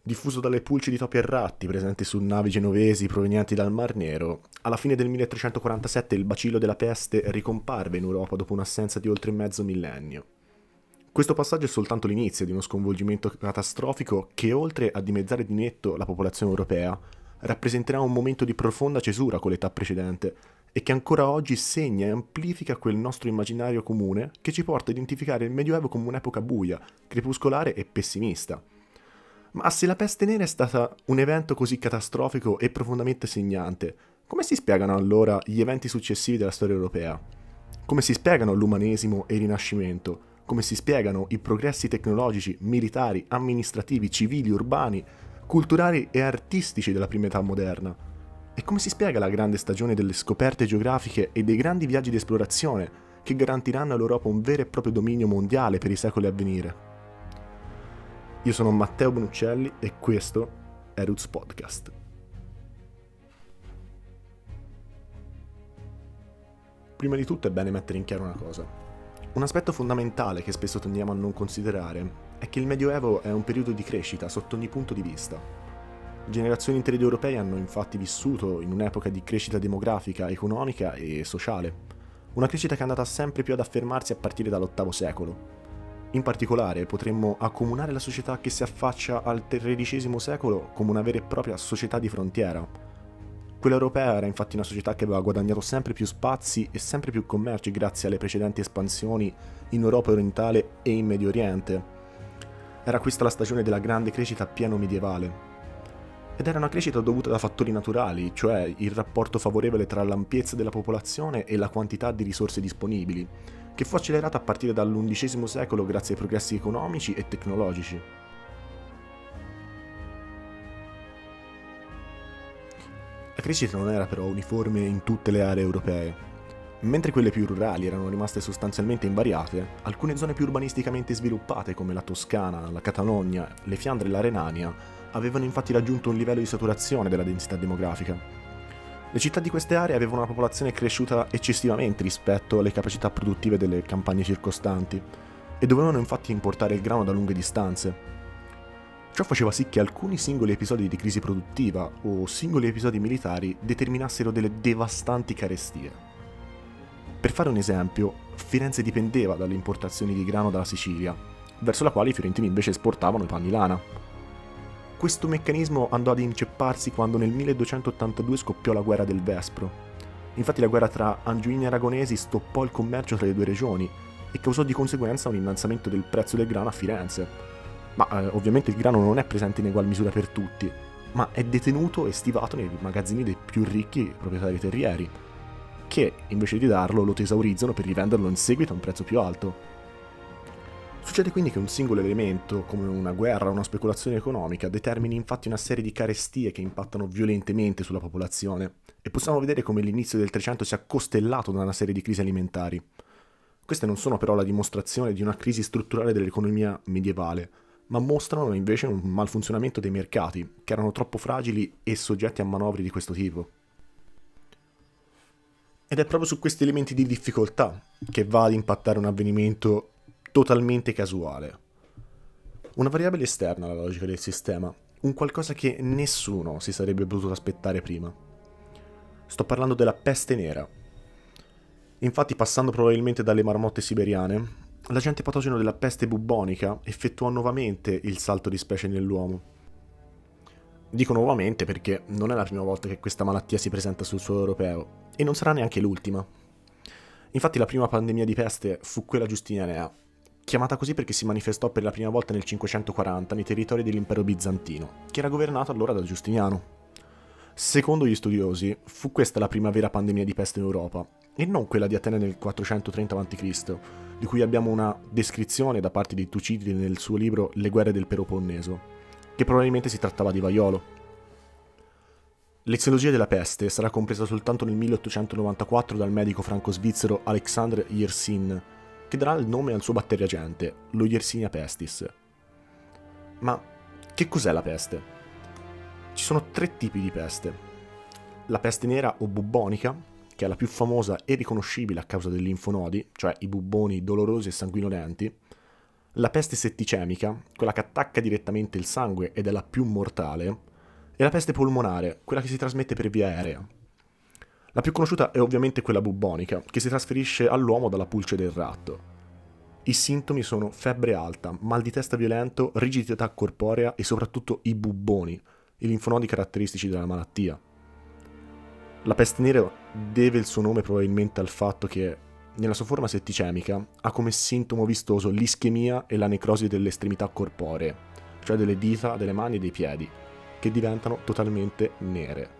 Diffuso dalle pulci di topi e ratti presenti su navi genovesi provenienti dal Mar Nero, alla fine del 1347 il bacillo della peste ricomparve in Europa dopo un'assenza di oltre mezzo millennio. Questo passaggio è soltanto l'inizio di uno sconvolgimento catastrofico che, oltre a dimezzare di netto la popolazione europea, rappresenterà un momento di profonda cesura con l'età precedente e che ancora oggi segna e amplifica quel nostro immaginario comune che ci porta a identificare il Medioevo come un'epoca buia, crepuscolare e pessimista. Ma se la peste nera è stata un evento così catastrofico e profondamente segnante, come si spiegano allora gli eventi successivi della storia europea? Come si spiegano l'umanesimo e il Rinascimento? Come si spiegano i progressi tecnologici, militari, amministrativi, civili, urbani, culturali e artistici della prima età moderna? E come si spiega la grande stagione delle scoperte geografiche e dei grandi viaggi di esplorazione che garantiranno all'Europa un vero e proprio dominio mondiale per i secoli a venire? Io sono Matteo Bonuccelli e questo è Roots Podcast. Prima di tutto è bene mettere in chiaro una cosa. Un aspetto fondamentale che spesso tendiamo a non considerare è che il Medioevo è un periodo di crescita sotto ogni punto di vista. Generazioni intere di europei hanno infatti vissuto in un'epoca di crescita demografica, economica e sociale. Una crescita che è andata sempre più ad affermarsi a partire dall'VIII secolo. In particolare potremmo accomunare la società che si affaccia al XIII secolo come una vera e propria società di frontiera. Quella europea era infatti una società che aveva guadagnato sempre più spazi e sempre più commerci grazie alle precedenti espansioni in Europa orientale e in Medio Oriente. Era questa la stagione della grande crescita pieno medievale. Ed era una crescita dovuta da fattori naturali, cioè il rapporto favorevole tra l'ampiezza della popolazione e la quantità di risorse disponibili, che fu accelerata a partire dall'XI secolo grazie ai progressi economici e tecnologici. La crescita non era però uniforme in tutte le aree europee. Mentre quelle più rurali erano rimaste sostanzialmente invariate, alcune zone più urbanisticamente sviluppate come la Toscana, la Catalogna, le Fiandre e la Renania avevano infatti raggiunto un livello di saturazione della densità demografica. Le città di queste aree avevano una popolazione cresciuta eccessivamente rispetto alle capacità produttive delle campagne circostanti e dovevano infatti importare il grano da lunghe distanze. Ciò faceva sì che alcuni singoli episodi di crisi produttiva o singoli episodi militari determinassero delle devastanti carestie. Per fare un esempio, Firenze dipendeva dalle importazioni di grano dalla Sicilia, verso la quale i fiorentini invece esportavano i panni lana. Questo meccanismo andò ad incepparsi quando nel 1282 scoppiò la guerra del Vespro. Infatti la guerra tra Angioini e Aragonesi stoppò il commercio tra le due regioni e causò di conseguenza un innalzamento del prezzo del grano a Firenze. Ma ovviamente il grano non è presente in egual misura per tutti, ma è detenuto e stivato nei magazzini dei più ricchi proprietari terrieri, che invece di darlo lo tesaurizzano per rivenderlo in seguito a un prezzo più alto. Succede quindi che un singolo elemento, come una guerra o una speculazione economica, determini infatti una serie di carestie che impattano violentemente sulla popolazione, e possiamo vedere come l'inizio del Trecento sia costellato da una serie di crisi alimentari. Queste non sono però la dimostrazione di una crisi strutturale dell'economia medievale, ma mostrano invece un malfunzionamento dei mercati, che erano troppo fragili e soggetti a manovre di questo tipo. Ed è proprio su questi elementi di difficoltà che va ad impattare un avvenimento totalmente casuale. Una variabile esterna alla logica del sistema, un qualcosa che nessuno si sarebbe potuto aspettare prima. Sto parlando della peste nera. Infatti, passando probabilmente dalle marmotte siberiane, l'agente patogeno della peste bubbonica effettuò nuovamente il salto di specie nell'uomo. Dico nuovamente perché non è la prima volta che questa malattia si presenta sul suolo europeo, e non sarà neanche l'ultima. Infatti la prima pandemia di peste fu quella giustinianea, chiamata così perché si manifestò per la prima volta nel 540 nei territori dell'impero bizantino, che era governato allora da Giustiniano. Secondo gli studiosi, fu questa la prima vera pandemia di peste in Europa, e non quella di Atene nel 430 a.C., di cui abbiamo una descrizione da parte di Tucidide nel suo libro Le guerre del Peloponneso, che probabilmente si trattava di vaiolo. L'eziologia della peste sarà compresa soltanto nel 1894 dal medico franco-svizzero Alexandre Yersin, che darà il nome al suo batteriagente, lo Yersinia pestis. Ma che cos'è la peste? Ci sono tre tipi di peste. La peste nera o bubbonica, che è la più famosa e riconoscibile a causa dei linfonodi, cioè i bubboni dolorosi e sanguinolenti. La peste setticemica, quella che attacca direttamente il sangue ed è la più mortale, e la peste polmonare, quella che si trasmette per via aerea. La più conosciuta è ovviamente quella bubbonica, che si trasferisce all'uomo dalla pulce del ratto. I sintomi sono febbre alta, mal di testa violento, rigidità corporea e soprattutto i bubboni, i linfonodi caratteristici della malattia. La peste nera deve il suo nome probabilmente al fatto che, nella sua forma setticemica, ha come sintomo vistoso l'ischemia e la necrosi delle estremità corporee, cioè delle dita, delle mani e dei piedi, che diventano totalmente nere.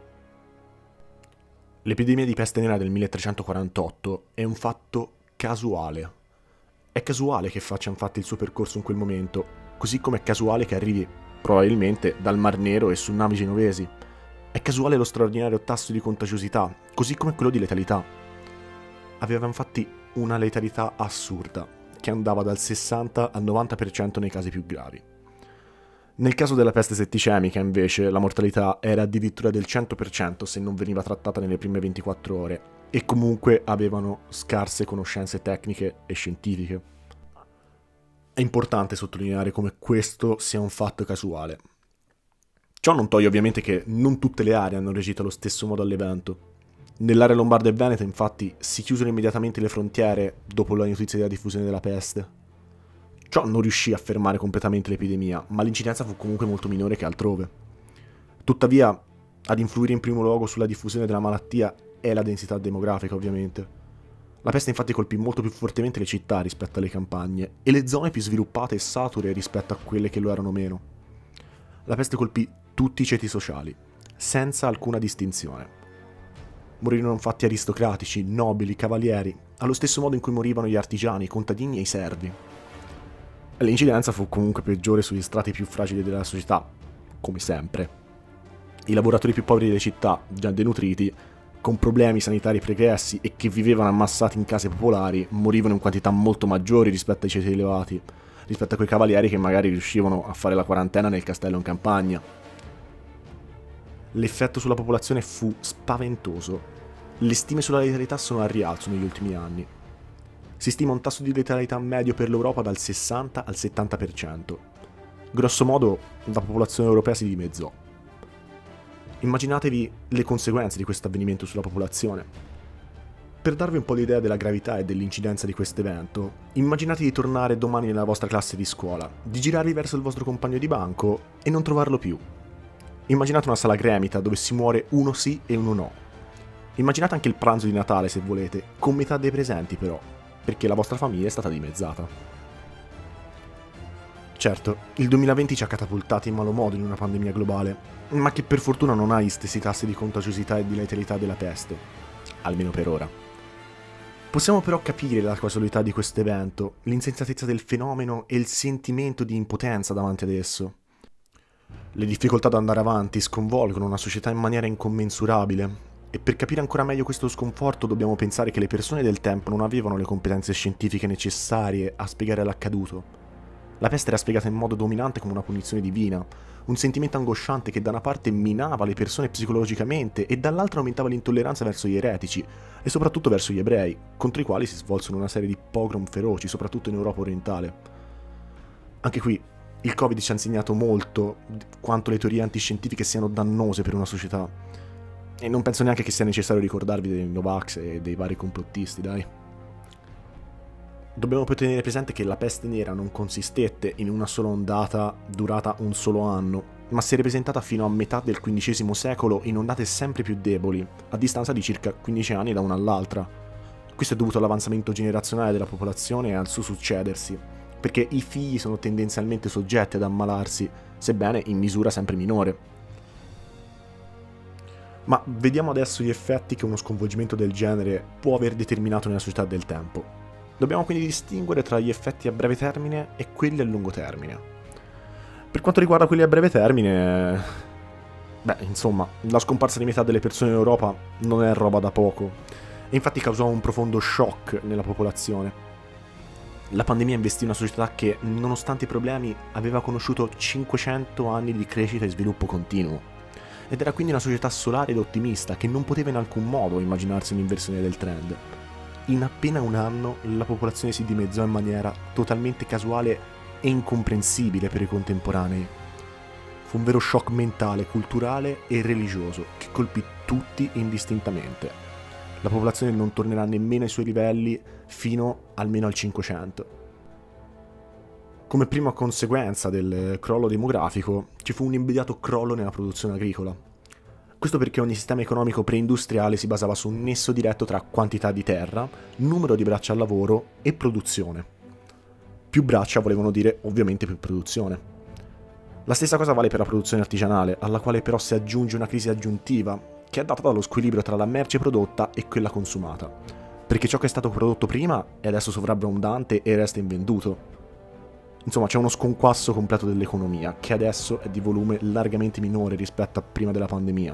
L'epidemia di peste nera del 1348 è un fatto casuale. È casuale che faccia infatti il suo percorso in quel momento, così come è casuale che arrivi, probabilmente, dal Mar Nero e su navi genovesi. È casuale lo straordinario tasso di contagiosità, così come quello di letalità. Aveva infatti una letalità assurda, che andava dal 60 al 90% nei casi più gravi. Nel caso della peste setticemica, invece, la mortalità era addirittura del 100% se non veniva trattata nelle prime 24 ore, e comunque avevano scarse conoscenze tecniche e scientifiche. È importante sottolineare come questo sia un fatto casuale. Ciò non toglie ovviamente che non tutte le aree hanno reagito allo stesso modo all'evento. Nell'area lombarda e veneta, infatti, si chiusero immediatamente le frontiere dopo la notizia della diffusione della peste. Ciò non riuscì a fermare completamente l'epidemia, ma l'incidenza fu comunque molto minore che altrove. Tuttavia, ad influire in primo luogo sulla diffusione della malattia è la densità demografica, ovviamente. La peste infatti colpì molto più fortemente le città rispetto alle campagne, e le zone più sviluppate e sature rispetto a quelle che lo erano meno. La peste colpì tutti i ceti sociali, senza alcuna distinzione. Morirono infatti aristocratici, nobili, cavalieri, allo stesso modo in cui morivano gli artigiani, i contadini e i servi. L'incidenza fu comunque peggiore sugli strati più fragili della società, come sempre. I lavoratori più poveri delle città, già denutriti, con problemi sanitari pregressi e che vivevano ammassati in case popolari, morivano in quantità molto maggiori rispetto ai ceti elevati, rispetto a quei cavalieri che magari riuscivano a fare la quarantena nel castello in campagna. L'effetto sulla popolazione fu spaventoso. Le stime sulla letalità sono al rialzo negli ultimi anni. Si stima un tasso di letalità medio per l'Europa dal 60 al 70%. Grosso modo, la popolazione europea si dimezzò. Immaginatevi le conseguenze di questo avvenimento sulla popolazione. Per darvi un po' l'idea della gravità e dell'incidenza di questo evento, immaginate di tornare domani nella vostra classe di scuola, di girarvi verso il vostro compagno di banco e non trovarlo più. Immaginate una sala gremita dove si muore uno sì e uno no. Immaginate anche il pranzo di Natale, se volete, con metà dei presenti però, perché la vostra famiglia è stata dimezzata. Certo, il 2020 ci ha catapultati in malo modo in una pandemia globale, ma che per fortuna non ha gli stessi tassi di contagiosità e di letalità della peste, almeno per ora. Possiamo però capire la casualità di questo evento, l'insensatezza del fenomeno e il sentimento di impotenza davanti ad esso. Le difficoltà ad andare avanti sconvolgono una società in maniera incommensurabile, e per capire ancora meglio questo sconforto dobbiamo pensare che le persone del tempo non avevano le competenze scientifiche necessarie a spiegare l'accaduto. La peste era spiegata in modo dominante come una punizione divina, un sentimento angosciante che da una parte minava le persone psicologicamente e dall'altra aumentava l'intolleranza verso gli eretici e soprattutto verso gli ebrei, contro i quali si svolsero una serie di pogrom feroci, soprattutto in Europa orientale. Anche qui, il Covid ci ha insegnato molto quanto le teorie antiscientifiche siano dannose per una società. E non penso neanche che sia necessario ricordarvi dei Novax e dei vari complottisti, dai. Dobbiamo poi tenere presente che la peste nera non consistette in una sola ondata durata un solo anno, ma si è ripresentata fino a metà del XV secolo in ondate sempre più deboli, a distanza di circa 15 anni da una all'altra. Questo è dovuto all'avanzamento generazionale della popolazione e al suo succedersi, perché i figli sono tendenzialmente soggetti ad ammalarsi, sebbene in misura sempre minore. Ma vediamo adesso gli effetti che uno sconvolgimento del genere può aver determinato nella società del tempo. Dobbiamo quindi distinguere tra gli effetti a breve termine e quelli a lungo termine. Per quanto riguarda quelli a breve termine, insomma, la scomparsa di metà delle persone in Europa non è roba da poco, e infatti causò un profondo shock nella popolazione. La pandemia investì una società che, nonostante i problemi, aveva conosciuto 500 anni di crescita e sviluppo continuo. Ed era quindi una società solare ed ottimista che non poteva in alcun modo immaginarsi un'inversione del trend. in appena un anno la popolazione si dimezzò in maniera totalmente casuale e incomprensibile per i contemporanei. Fu un vero shock mentale, culturale e religioso che colpì tutti indistintamente. La popolazione non tornerà nemmeno ai suoi livelli fino almeno al 500. Come prima conseguenza del crollo demografico ci fu un immediato crollo nella produzione agricola. Questo perché ogni sistema economico preindustriale si basava su un nesso diretto tra quantità di terra, numero di braccia al lavoro e produzione. Più braccia volevano dire ovviamente più produzione. La stessa cosa vale per la produzione artigianale, alla quale però si aggiunge una crisi aggiuntiva, che è data dallo squilibrio tra la merce prodotta e quella consumata, perché ciò che è stato prodotto prima è adesso sovrabbondante e resta invenduto. Insomma, c'è uno sconquasso completo dell'economia, che adesso è di volume largamente minore rispetto a prima della pandemia.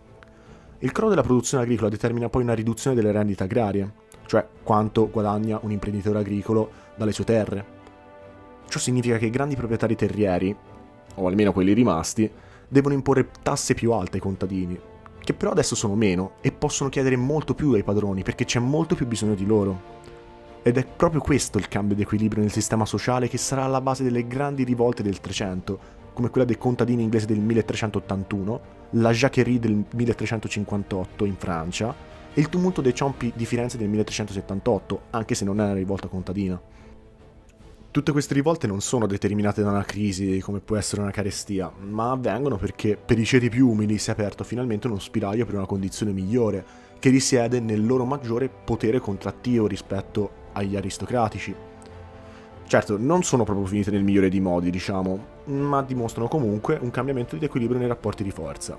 Il crollo della produzione agricola determina poi una riduzione delle rendite agrarie, cioè quanto guadagna un imprenditore agricolo dalle sue terre. Ciò significa che i grandi proprietari terrieri, o almeno quelli rimasti, devono imporre tasse più alte ai contadini, che però adesso sono meno e possono chiedere molto più ai padroni perché c'è molto più bisogno di loro. Ed è proprio questo il cambio di equilibrio nel sistema sociale che sarà alla base delle grandi rivolte del Trecento, come quella dei contadini inglesi del 1381, la Jacquerie del 1358 in Francia e il tumulto dei ciompi di Firenze del 1378, anche se non è una rivolta contadina. Tutte queste rivolte non sono determinate da una crisi come può essere una carestia, ma avvengono perché per i ceti più umili si è aperto finalmente uno spiraglio per una condizione migliore, che risiede nel loro maggiore potere contrattivo rispetto agli aristocratici. Certo, non sono proprio finite nel migliore dei modi, diciamo, ma dimostrano comunque un cambiamento di equilibrio nei rapporti di forza.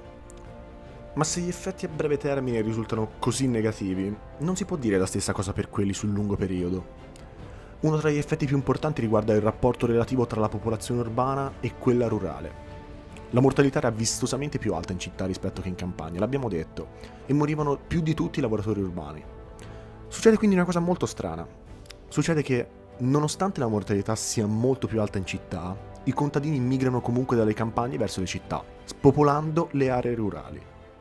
Ma se gli effetti a breve termine risultano così negativi, non si può dire la stessa cosa per quelli sul lungo periodo. Uno tra gli effetti più importanti riguarda il rapporto relativo tra la popolazione urbana e quella rurale. La mortalità era vistosamente più alta in città rispetto che in campagna, l'abbiamo detto, e morivano più di tutti i lavoratori urbani. Succede quindi una cosa molto strana. Succede che, nonostante la mortalità sia molto più alta in città, i contadini migrano comunque dalle campagne verso le città, spopolando le aree rurali.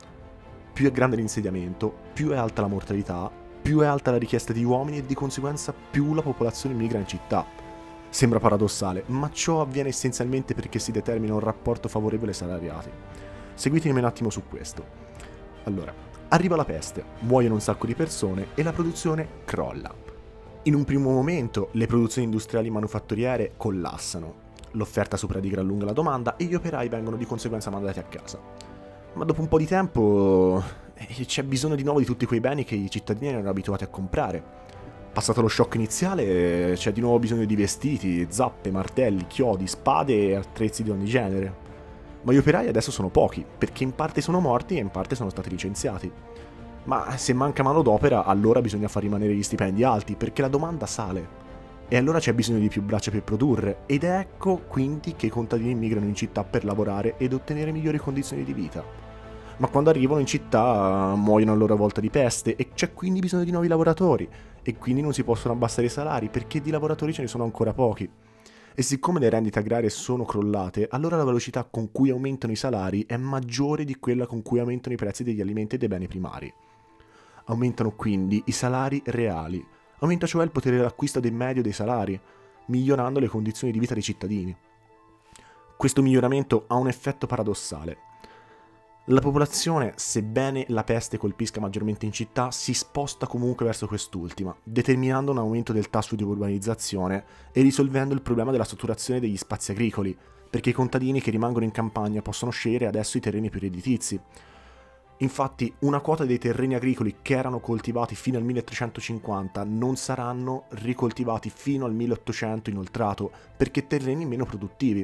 Più è grande l'insediamento, più è alta la mortalità, più è alta la richiesta di uomini e di conseguenza più la popolazione migra in città. Sembra paradossale, ma ciò avviene essenzialmente perché si determina un rapporto favorevole ai salariati. Seguitemi un attimo su questo. Allora, arriva la peste, muoiono un sacco di persone e la produzione crolla. In un primo momento le produzioni industriali manufatturiere collassano, l'offerta supera di gran lunga la domanda e gli operai vengono di conseguenza mandati a casa. Ma dopo un po' di tempo c'è bisogno di nuovo di tutti quei beni che i cittadini erano abituati a comprare. Passato lo shock iniziale, c'è di nuovo bisogno di vestiti, zappe, martelli, chiodi, spade e attrezzi di ogni genere. Ma gli operai adesso sono pochi, perché in parte sono morti e in parte sono stati licenziati. Ma se manca manodopera, allora bisogna far rimanere gli stipendi alti, perché la domanda sale. E allora c'è bisogno di più braccia per produrre, ed ecco quindi che i contadini migrano in città per lavorare ed ottenere migliori condizioni di vita. Ma quando arrivano in città muoiono a loro volta di peste e c'è quindi bisogno di nuovi lavoratori e quindi non si possono abbassare i salari perché di lavoratori ce ne sono ancora pochi. E siccome le rendite agrarie sono crollate, allora la velocità con cui aumentano i salari è maggiore di quella con cui aumentano i prezzi degli alimenti e dei beni primari. Aumentano quindi i salari reali, aumenta cioè il potere d'acquisto del medio dei salari, migliorando le condizioni di vita dei cittadini. Questo miglioramento ha un effetto paradossale. La popolazione, sebbene la peste colpisca maggiormente in città, si sposta comunque verso quest'ultima, determinando un aumento del tasso di urbanizzazione e risolvendo il problema della saturazione degli spazi agricoli, perché i contadini che rimangono in campagna possono scegliere adesso i terreni più redditizi. Infatti, una quota dei terreni agricoli che erano coltivati fino al 1350 non saranno ricoltivati fino al 1800 inoltrato, perché terreni meno produttivi.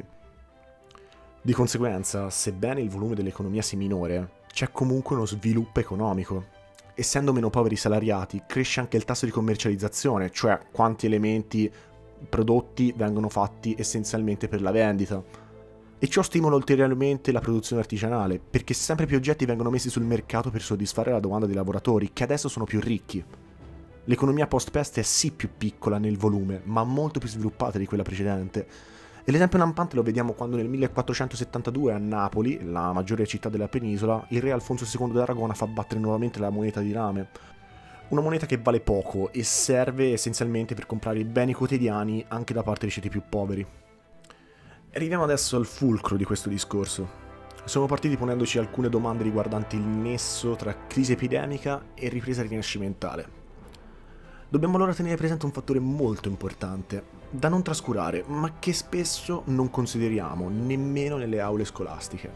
Di conseguenza, sebbene il volume dell'economia sia minore, c'è comunque uno sviluppo economico. Essendo meno poveri i salariati, cresce anche il tasso di commercializzazione, cioè quanti elementi prodotti vengono fatti essenzialmente per la vendita. E ciò stimola ulteriormente la produzione artigianale, perché sempre più oggetti vengono messi sul mercato per soddisfare la domanda dei lavoratori, che adesso sono più ricchi. L'economia post-peste è sì più piccola nel volume, ma molto più sviluppata di quella precedente. E l'esempio lampante lo vediamo quando nel 1472 a Napoli, la maggiore città della penisola, il re Alfonso II d'Aragona fa battere nuovamente la moneta di rame. Una moneta che vale poco e serve essenzialmente per comprare i beni quotidiani anche da parte dei ceti più poveri. Arriviamo adesso al fulcro di questo discorso. Siamo partiti ponendoci alcune domande riguardanti il nesso tra crisi epidemica e ripresa rinascimentale. Dobbiamo allora tenere presente un fattore molto importante, da non trascurare, ma che spesso non consideriamo nemmeno nelle aule scolastiche.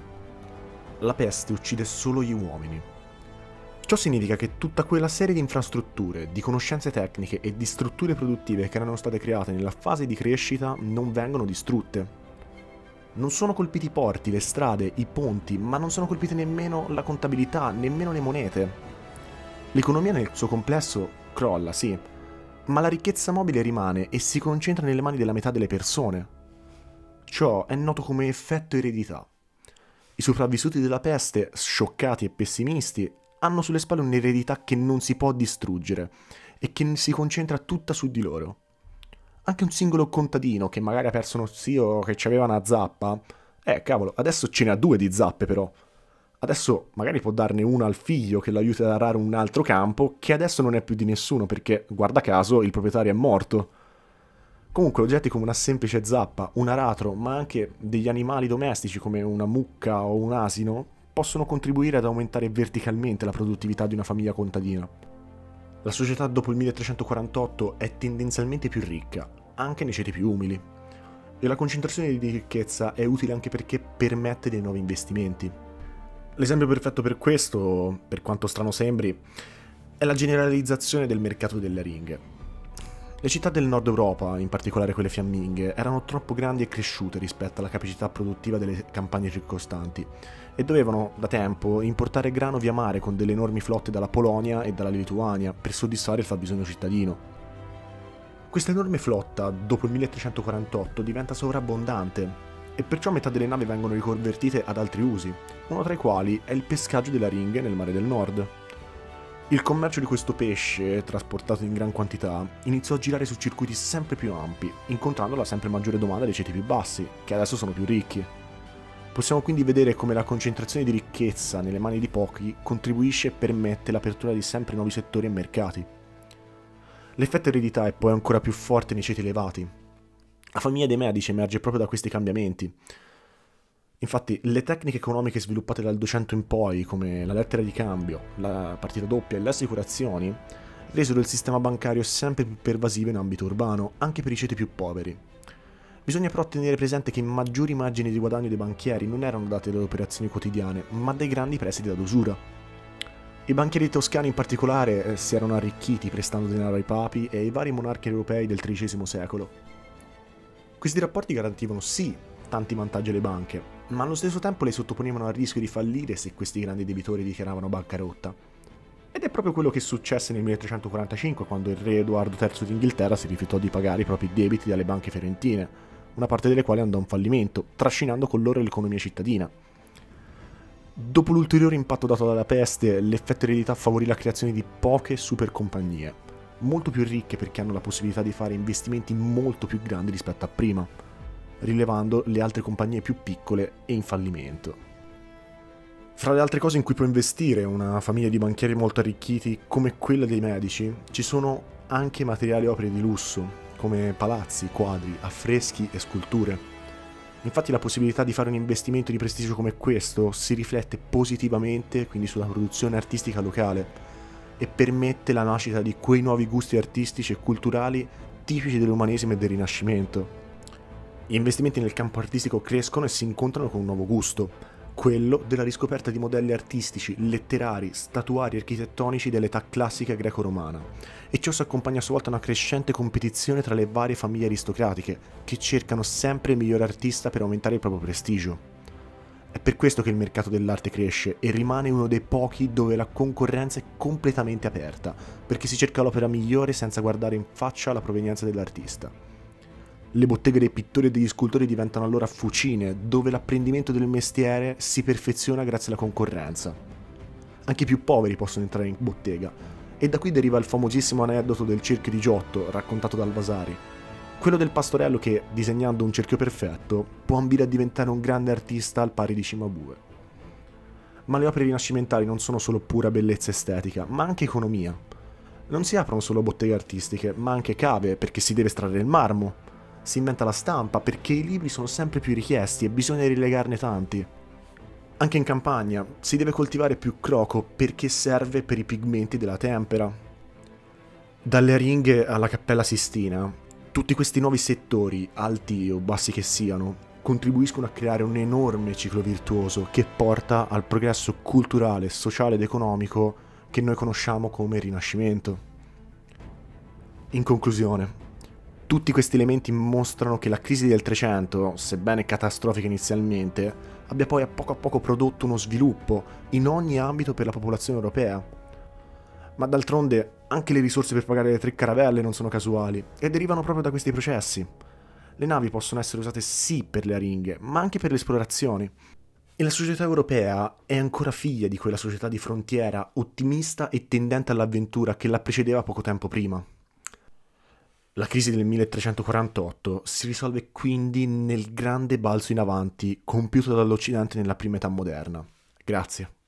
La peste uccide solo gli uomini. Ciò significa che tutta quella serie di infrastrutture, di conoscenze tecniche e di strutture produttive che erano state create nella fase di crescita non vengono distrutte. Non sono colpiti i porti, le strade, i ponti, ma non sono colpite nemmeno la contabilità, nemmeno le monete. L'economia nel suo complesso crolla, sì, ma la ricchezza mobile rimane e si concentra nelle mani della metà delle persone. Ciò è noto come effetto eredità. I sopravvissuti della peste, scioccati e pessimisti, hanno sulle spalle un'eredità che non si può distruggere e che si concentra tutta su di loro. Anche un singolo contadino che magari ha perso uno zio che aveva una zappa, cavolo, adesso ce ne ha due di zappe però. Adesso magari può darne una al figlio che l'aiuta ad arare un altro campo che adesso non è più di nessuno perché, guarda caso, il proprietario è morto. Comunque oggetti come una semplice zappa, un aratro, ma anche degli animali domestici come una mucca o un asino possono contribuire ad aumentare verticalmente la produttività di una famiglia contadina. La società dopo il 1348 è tendenzialmente più ricca, anche nei ceti più umili, e la concentrazione di ricchezza è utile anche perché permette dei nuovi investimenti. L'esempio perfetto per questo, per quanto strano sembri, è la generalizzazione del mercato delle ringhe. Le città del nord Europa, in particolare quelle fiamminghe, erano troppo grandi e cresciute rispetto alla capacità produttiva delle campagne circostanti e dovevano, da tempo, importare grano via mare con delle enormi flotte dalla Polonia e dalla Lituania per soddisfare il fabbisogno cittadino. Questa enorme flotta, dopo il 1348, diventa sovrabbondante e perciò metà delle navi vengono riconvertite ad altri usi, uno tra i quali è il pescaggio della ringhe nel mare del nord. Il commercio di questo pesce, trasportato in gran quantità, iniziò a girare su circuiti sempre più ampi, incontrando la sempre maggiore domanda dei ceti più bassi, che adesso sono più ricchi. Possiamo quindi vedere come la concentrazione di ricchezza nelle mani di pochi contribuisce e permette l'apertura di sempre nuovi settori e mercati. L'effetto eredità è poi ancora più forte nei ceti elevati. La famiglia dei Medici emerge proprio da questi cambiamenti. Infatti, le tecniche economiche sviluppate dal 200 in poi, come la lettera di cambio, la partita doppia e le assicurazioni, resero il sistema bancario sempre più pervasivo in ambito urbano, anche per i ceti più poveri. Bisogna però tenere presente che i maggiori margini di guadagno dei banchieri non erano dati dalle operazioni quotidiane, ma dai grandi prestiti ad usura. I banchieri toscani in particolare si erano arricchiti prestando denaro ai papi e ai vari monarchi europei del XIII secolo. Questi rapporti garantivano sì tanti vantaggi alle banche, ma allo stesso tempo le sottoponevano al rischio di fallire se questi grandi debitori dichiaravano bancarotta. Ed è proprio quello che successe nel 1345 quando il re Edoardo III d'Inghilterra si rifiutò di pagare i propri debiti dalle banche fiorentine, una parte delle quali andò in fallimento, trascinando con loro l'economia cittadina. Dopo l'ulteriore impatto dato dalla peste, l'effetto eredità favorì la creazione di poche supercompagnie, molto più ricche perché hanno la possibilità di fare investimenti molto più grandi rispetto a prima, rilevando le altre compagnie più piccole e in fallimento. Fra le altre cose in cui può investire una famiglia di banchieri molto arricchiti come quella dei Medici, ci sono anche materiali e opere di lusso, come palazzi, quadri, affreschi e sculture. Infatti la possibilità di fare un investimento di prestigio come questo si riflette positivamente quindi sulla produzione artistica locale e permette la nascita di quei nuovi gusti artistici e culturali tipici dell'umanesimo e del Rinascimento. Gli investimenti nel campo artistico crescono e si incontrano con un nuovo gusto, quello della riscoperta di modelli artistici, letterari, statuari e architettonici dell'età classica greco-romana, e ciò si accompagna a sua volta a una crescente competizione tra le varie famiglie aristocratiche, che cercano sempre il miglior artista per aumentare il proprio prestigio. È per questo che il mercato dell'arte cresce e rimane uno dei pochi dove la concorrenza è completamente aperta, perché si cerca l'opera migliore senza guardare in faccia la provenienza dell'artista. Le botteghe dei pittori e degli scultori diventano allora fucine, dove l'apprendimento del mestiere si perfeziona grazie alla concorrenza. Anche i più poveri possono entrare in bottega, e da qui deriva il famosissimo aneddoto del cerchio di Giotto, raccontato dal Vasari. Quello del pastorello che, disegnando un cerchio perfetto, può ambire a diventare un grande artista al pari di Cimabue. Ma le opere rinascimentali non sono solo pura bellezza estetica, ma anche economia. Non si aprono solo botteghe artistiche, ma anche cave perché si deve estrarre il marmo. Si inventa la stampa perché i libri sono sempre più richiesti e bisogna rilegarne tanti. Anche in campagna si deve coltivare più croco perché serve per i pigmenti della tempera. Dalle aringhe alla Cappella Sistina, tutti questi nuovi settori, alti o bassi che siano, contribuiscono a creare un enorme ciclo virtuoso che porta al progresso culturale, sociale ed economico che noi conosciamo come Rinascimento. In conclusione, tutti questi elementi mostrano che la crisi del Trecento, sebbene catastrofica inizialmente, abbia poi a poco prodotto uno sviluppo in ogni ambito per la popolazione europea. Ma d'altronde anche le risorse per pagare le 3 caravelle non sono casuali e derivano proprio da questi processi. Le navi possono essere usate sì per le aringhe, ma anche per le esplorazioni. E la società europea è ancora figlia di quella società di frontiera, ottimista e tendente all'avventura che la precedeva poco tempo prima. La crisi del 1348 si risolve quindi nel grande balzo in avanti compiuto dall'Occidente nella prima età moderna. Grazie.